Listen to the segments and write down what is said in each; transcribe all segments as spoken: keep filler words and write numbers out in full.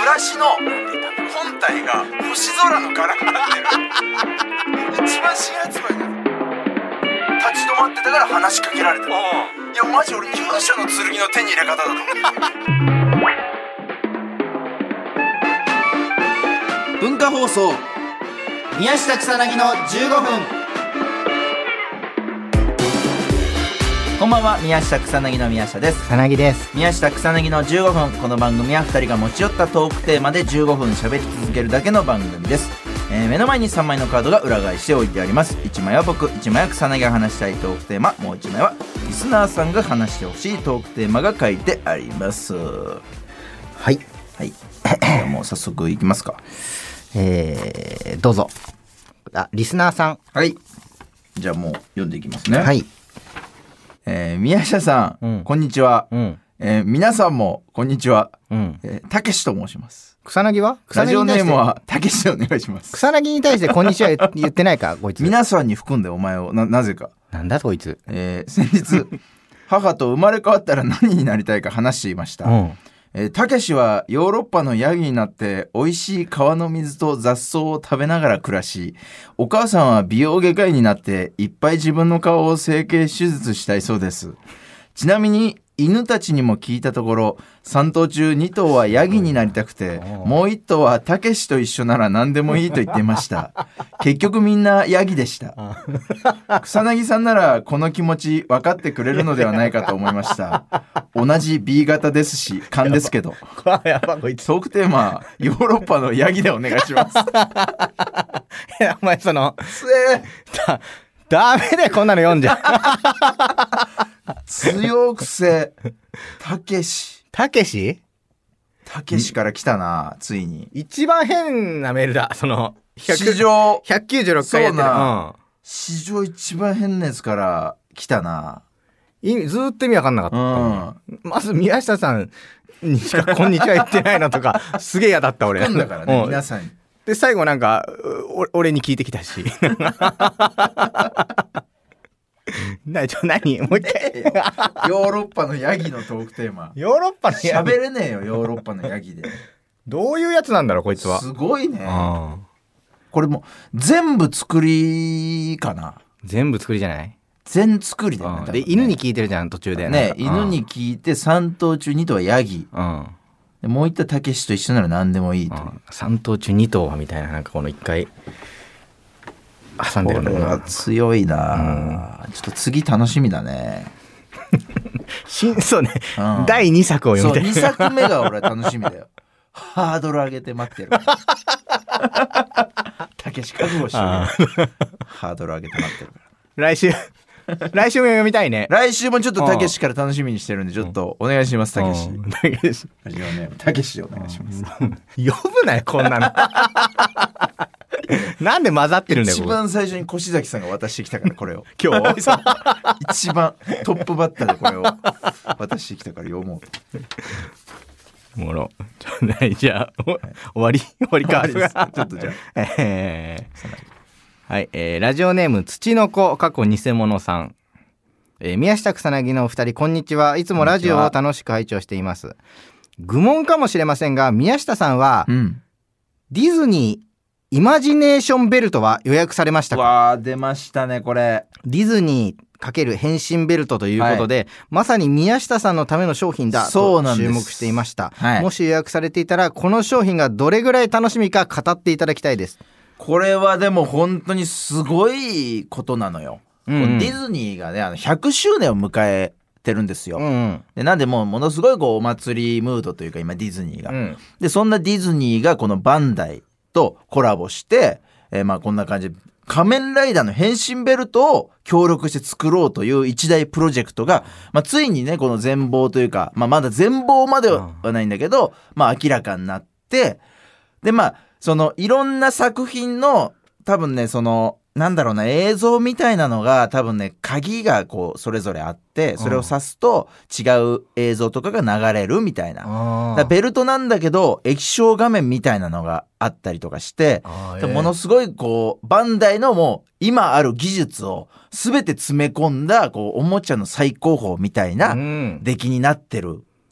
ラシの本体が星空の柄になってる一番新発売だ。立ち止まってたから話しかけられた。いやマジ俺勇者の剣の手に入れ方だと思う文化放送宮下草薙のじゅうごふん。こんばんは、宮下草薙の宮下です。 草薙です。 宮下草薙のじゅうごふん。この番組はふたりが持ち寄ったトークテーマでじゅうごふん喋り続けるだけの番組です。えー、目の前にさんまいのカードが裏返して置いてあります。いちまいは僕、いちまいは草薙が話したいトークテーマ、もういちまいはリスナーさんが話してほしいトークテーマが書いてあります。 はいはいもう早速いきますか。 えー、どうぞ。あ、リスナーさん。 はい、じゃあもう読んでいきますね。 はい。 えー、宮下さん、うん、こんにちは、うんえー、皆さんもこんにちは。たけしと申します。 草薙はラジオネームはたけしでお願いします。 草薙に対してこんにちは言ってないかこいつ。 皆さんに含んでお前を な, なぜかなんだこいつ、 えー、先日母と生まれ変わったら何になりたいか話していました。たけしはヨーロッパのヤギになって美味しい川の水と雑草を食べながら暮らし、お母さんは美容外科医になっていっぱい自分の顔を整形手術したいそうです。ちなみに犬たちにも聞いたところ、さん頭中に頭はヤギになりたくて、もういっ頭はたけしと一緒なら何でもいいと言っていました。結局みんなヤギでした。草薙さんならこの気持ち分かってくれるのではないかと思いました。同じ ビー 型ですし勘ですけど。 やばこいつ。 トークテーマヨーロッパのヤギでお願いします。 いやお前そのつえだダメでこんなの読んじゃ強くせたけしたけしたけしから来たな。ついに一番変なメールだ。その史上ひゃくきゅうじゅうろっかいやってるな、うん、 史上一番変なやつから来たな。 意味ずーっと意味わかんなかった、 うん、 まず宮下さんにしかこんにちは言ってないのとかすげえ嫌だった俺。 だからね、うん、皆さんにで最後なんか俺に聞いてきたしなちょ何もう一回ヨーロッパのヤギのトークテーマ。 ヨーロッパのヤギ喋れねえよ。ヨーロッパのヤギでどういうやつなんだろうこいつは。 すごいね。これも全部作りかな。 全部作りじゃない。 全作りだよね。 で犬に聞いてるじゃん途中でね。犬に聞いてさん頭中に頭はヤギ、うんもう一頭たけしと一緒なら何でもいいという、うん、 さん頭中に頭はみたいな、なんかこのいっかい挟んでるのが強いな、うん、ちょっと次楽しみだね新そうね、うん、だいにさくを読みたい。 そうにさくめが俺は楽しみだよ。ハードル上げて待ってるたけし覚悟してるハードル上げて待ってるから来週来週も読みたいね。 来週もちょっとたけしから楽しみにしてるんでちょっとお願いします。たけし。たけしでお願いします。 呼ぶなよこんなの。なんで混ざってるんだよ。 一番最初に越崎さんが渡してきたからこれを今日一番トップバッターでこれを渡してきたから読もうと。 おもろ。じゃあ、はい、終わり終わりか。 ちょっとじゃあ。えーはい、えー、ラジオネーム土の子過去偽物さん、えー、宮下草薙のお二人こんにちは。いつもラジオを楽しく拝聴しています。愚問かもしれませんが宮下さんは、うん、ディズニーイマジネーションベルトは予約されましたか。 わー出ましたねこれ。 ディズニー×変身ベルトということで、はい、まさに宮下さんのための商品だと注目していました、はい、もし予約されていたらこの商品がどれぐらい楽しみか語っていただきたいです。 これはでも本当にすごいことなのよ、うんうん、ディズニーがねあのひゃくしゅうねんを迎えてるんですよ、うんうん、でなんでもうものすごいこうお祭りムードというか今ディズニーが、うん、でそんなディズニーがこのバンダイとコラボして、えー、まあこんな感じで仮面ライダーの変身ベルトを協力して作ろうという一大プロジェクトが、まあ、ついにねこの全貌というか、まあ、まだ全貌まではないんだけど、まあ、明らかになってでまあそのいろんな作品の多分ねそのなんだろうな映像みたいなのが多分ね鍵がこうそれぞれあってそれを指すと違う映像とかが流れるみたいな、だからベルトなんだけど液晶画面みたいなのがあったりとかして、ものすごいこうバンダイのもう今ある技術を全て詰め込んだこうおもちゃの最高峰みたいな出来になってる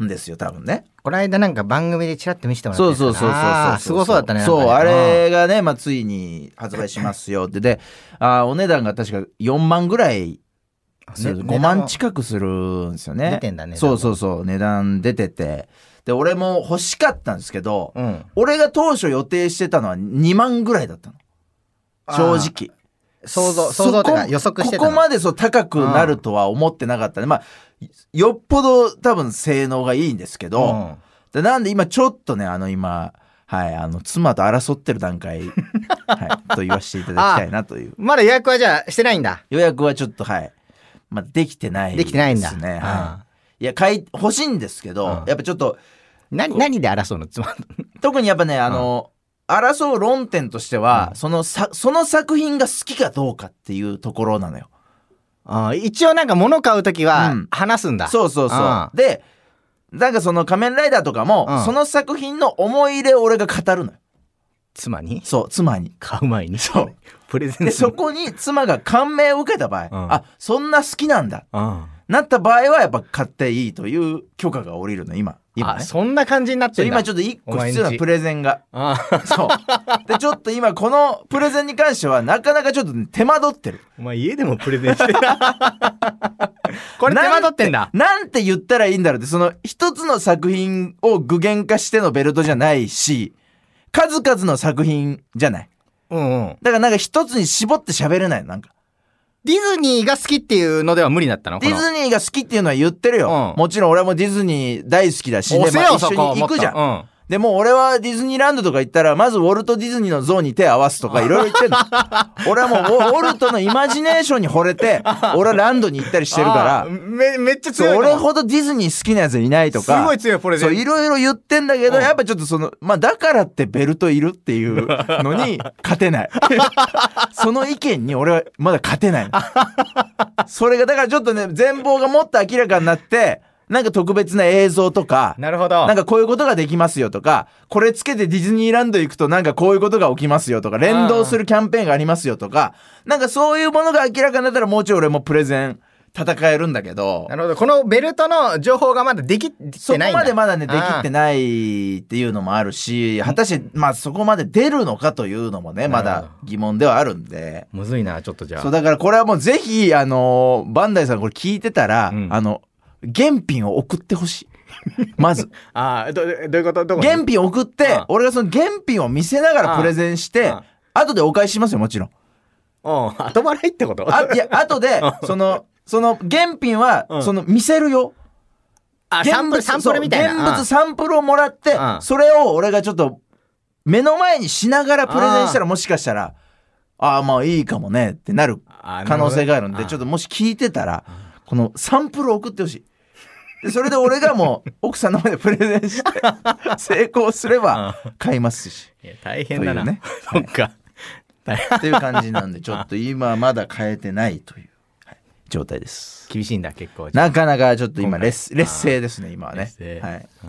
んですよ多分ね。 この間なんか番組でチラッと見せてもらったやつかな。 そうそうそうそうそう、 すごそうだったね。 そう、 なんかね、 あれがね、まあ、ついに発売しますよってで、あお値段が確かよんまんぐらい、ね、ごまん近くするんですよね。 出てんだね。 そうそうそう値段出てて、で俺も欲しかったんですけど、 うん、俺が当初予定してたのはにまんぐらいだったの正直。 想像想像というか予測してたの。 ここまでそう高くなるとは思ってなかったね。まあよっぽど多分性能がいいんですけど、うん、でなんで今ちょっとねあの今はいあの妻と争ってる段階、はい、と言わせていただきたいなという。 まだ予約はじゃあしてないんだ。 予約はちょっとはいまあできてないですね。 できてないんだ。 はい、いや買い欲しいんですけど、うん、やっぱちょっと何何で争うの妻特にやっぱねあの、うん、争う論点としては、うん、そのさその作品が好きかどうかっていうところなのよ。 あ一応なんか物買うときは話すんだ、うん、 そうそうそうでなんかその仮面ライダーとかも、うん、その作品の思い入れを俺が語るのよ。 妻にそう妻に買う前にそうプレゼントでそこに妻が感銘を受けた場合、うん、あそんな好きなんだ、 うん、 なった場合はやっぱ買っていいという許可が下りるの今今、ね、 あそんな感じになってるんだ。 今ちょっと一個必要なプレゼンがそうでちょっと今このプレゼンに関してはなかなかちょっと手間取ってる。 お前家でもプレゼンしてるこれ手間取ってんだ。 なんて言ったらいいんだろうってその一つの作品を具現化してのベルトじゃないし数々の作品じゃない、 うんうん、 だからなんか一つに絞って喋れないの。なんかディズニーが好きっていうのでは無理だったの？ ディズニーが好きっていうのは言ってるよ、うん、もちろん俺もディズニー大好きだし、ね、まあ、一緒に行くじゃん、うん、でも俺はディズニーランドとか行ったらまずウォルト・ディズニーの像に手を合わすとかいろいろ言ってんの俺はもうウォルトのイマジネーションに惚れて俺はランドに行ったりしてるからめ, めっちゃ強い。 俺ほどディズニー好きなやついないとかすごい強いプレゼン。 そういろいろ言ってんだけど、うん、やっぱちょっとそのまあだからってベルトいるっていうのに勝てないその意見に俺はまだ勝てないのそれがだからちょっとね全貌がもっと明らかになってなんか特別な映像とか、 なるほど。 なんかこういうことができますよとか、これつけてディズニーランド行くとなんかこういうことが起きますよとか、連動するキャンペーンがありますよとか、なんかそういうものが明らかになったらもうちょい俺もプレゼン戦えるんだけど。 なるほど。このベルトの情報がまだできてないんだ。 そこまでまだねできてないっていうのもあるし、果たしてまあそこまで出るのかというのもねまだ疑問ではあるんで。 むずいなちょっとじゃあ。 そうだからこれはもうぜひあのバンダイさんこれ聞いてたら、うん、あの。原品を送ってほしいまずああ ど, どういうことどこ原品送って、うん、俺がその原品を見せながらプレゼンして、うん、後でお返ししますよもちろん。 うん、後払いってことあいや後でそのその原品は、うん、その見せるよ。 あサンプルサンプルみたいな現物サンプルをもらって、うん、それを俺がちょっと目の前にしながらプレゼンしたらもしかしたらああまあいいかもねってなる可能性があるんでちょっともし聞いてたらこのサンプルを送ってほしい。でそれで俺がもう奥さんの前でプレゼンして成功すれば買いますし。 いや大変だな、ね、そっかっていう感じなんでちょっと今まだ買えてないという、はい、状態です。 厳しいんだ結構。 なかなかちょっと今劣劣勢ですね今はね、はい、うん、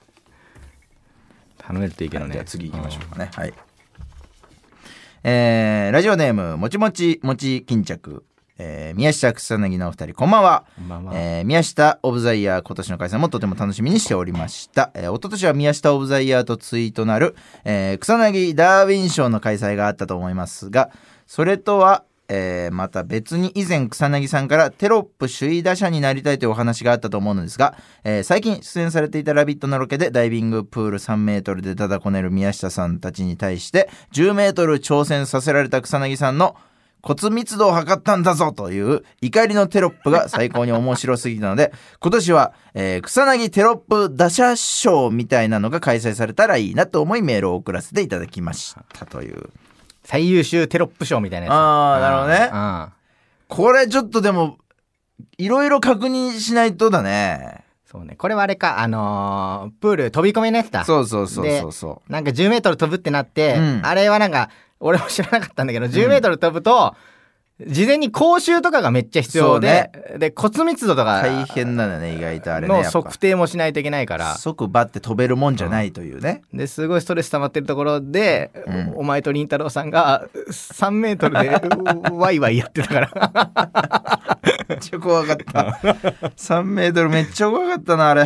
頼めるといいけどね、 はい、じゃあ次行きましょうかね、うん、はい、えー、ラジオネームもちもちもち巾着、えー、宮下草薙のお二人こんばんは、 こんばんは。 えー、宮下オブザイヤー今年の開催もとても楽しみにしておりました、えー、一昨年は宮下オブザイヤーと対となる、えー、草薙ダーウィン賞の開催があったと思いますがそれとは、えー、また別に以前草薙さんからテロップ首位打者になりたいというお話があったと思うのですが、えー、最近出演されていたラビットのロケでダイビングプールさんメートルでただこねる宮下さんたちに対してじゅうメートル挑戦させられた草薙さんの骨密度を測ったんだぞという怒りのテロップが最高に面白すぎたので今年は、えー、草薙テロップ打者賞みたいなのが開催されたらいいなと思いメールを送らせていただきましたという最優秀テロップ賞みたいなやつ。 ああなるほどね、うん、これちょっとでもいろいろ確認しないとだね。 そうね、これはあれかあのー、プール飛び込みのやつだ。 そうそうそうそうそうなんかじゅうメートル飛ぶってなって、うん、あれはなんか俺も知らなかったんだけど、じゅうメートル飛ぶと、うん、事前に講習とかがめっちゃ必要で、ね、で骨密度とか大変なんだね意外とあれねの測定もしないといけないから即バッて飛べるもんじゃないというね、 うん、ですごいストレス溜まってるところで、うん、お前とりんたろーさんがさんメートルでワイワイやってたからめっちゃ怖かったさんメートルめっちゃ怖かったなあれ。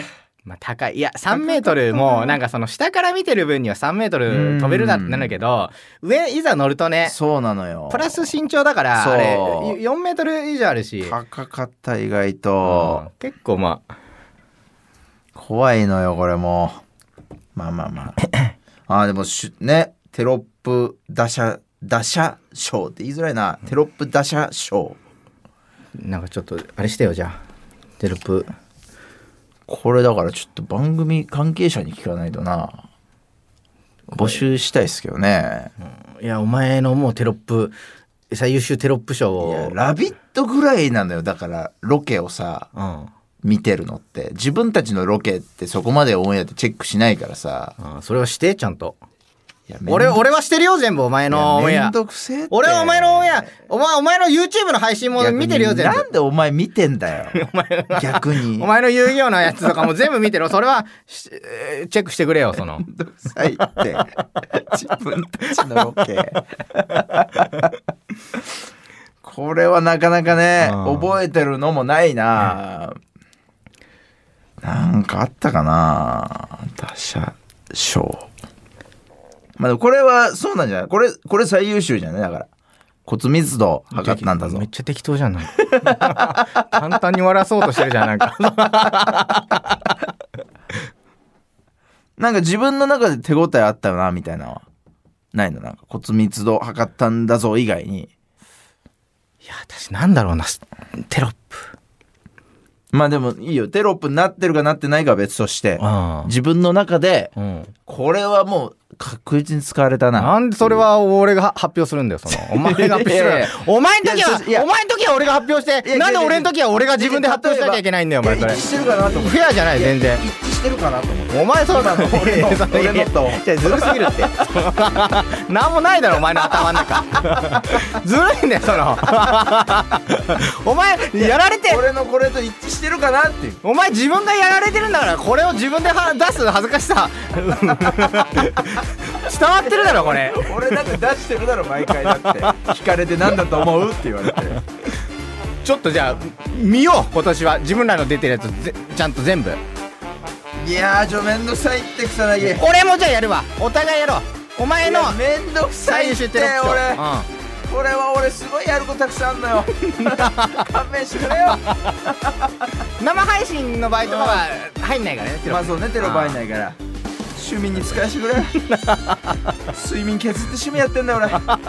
まあ高い。いやさんメートルもなんかその下から見てる分にはさんメートル飛べるなってなるけど、上いざ乗るとね、 そうなのよ。 プラス身長だからあれよんメートル以上あるし高かった意外と、 うん、結構まあ怖いのよこれも。まあまあまああでもしねテロップ打者打者賞って言いづらいな。テロップ打者賞なんかちょっとあれしてよじゃあテロップ。 これだからちょっと番組関係者に聞かないとな。募集したいですけどね、 うん、いやお前のもうテロップ最優秀テロップ賞を。 いやラビットぐらいなのよ。だからロケをさ、うん、見てるのって自分たちのロケってそこまでオンエアってチェックしないからさ、 うん、それはしてちゃんと。俺俺はしてるよ全部お前のオンエア。 めんどくせえって。 俺はお前のオンエアお前お前の YouTube の配信も見てるよ全部。 なんでお前見てんだよお前逆にお前の遊戯王のやつとかも全部見てる。それはチェックしてくれよ。そのめんどくさいって自分たちのロケこれはなかなかね覚えてるのもないな、うん、なんかあったかな打者賞。まあ、これはそうなんじゃない。これこれ最優秀じゃない。だから骨密度測ったんだぞ。 めっちゃ適当じゃんなんか簡単に笑わそうとしてるじゃんなんかなんか自分の中で手応えあったよなみたいなのはないの。なんか骨密度測ったんだぞ以外に。 いや私なんだろうなテロップ。 まあでもいいよ。テロップになってるかなってないかは別として、うん、自分の中で、うん、これはもう確実に使われたな。 なんでそれは俺が発表するんだよ。そのお前が発表しろよ。お前の時はお前の時は俺が発表して、なんで俺の時は俺が自分で発表しなきゃいけないんだよお前。それ一致してるかなと思って。 フェアじゃない全然。 一致してるかなと思って。 お前そうなの。 俺の俺のと。 じゃずるすぎるって。なんもないだろお前の頭の中。ずるいんだよその。お前やられて。 俺のこれと一致してるかなっていう。 お前自分がやられてるんだからこれを自分では出す恥ずかしさ伝わってるだろこれ。 俺だって出してるだろ毎回。だって聞かれて何だと思うって言われてちょっとじゃあ見よう今年は自分らの出てるやつぜちゃんと全部。 いやーちょめんどくさいって草薙。 俺もじゃあやるわ。お互いやろう。お前のめんどくさいって俺、うん、これは俺すごいやることたくさんあんのよ勘弁してくれよ生配信の場合とかは入んないからね。 まあそうねテロップ入んないから趣味に使わせてくれ睡眠削って趣味やってんだよ俺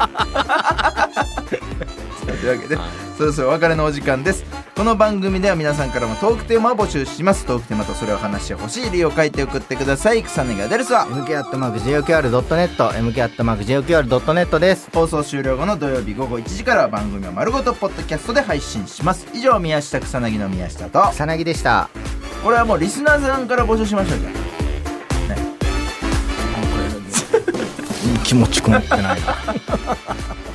というわけでそろそろお別れのお時間です。この番組では皆さんからもトークテーマを募集します。トークテーマとそれを話してほしい理由を書いて送ってください。草薙アドレスはエムケーアットマークジェイオーキューアールドットネット エムケーアットマークジェイオーキューアールドットネット です。 放送終了後の土曜日午後いちじから番組を丸ごとポッドキャストで配信します。以上宮下草薙の宮下と草薙でした。 これはもうリスナーさんから募集しましょう。じゃあ、ね、 気持ちこもってないな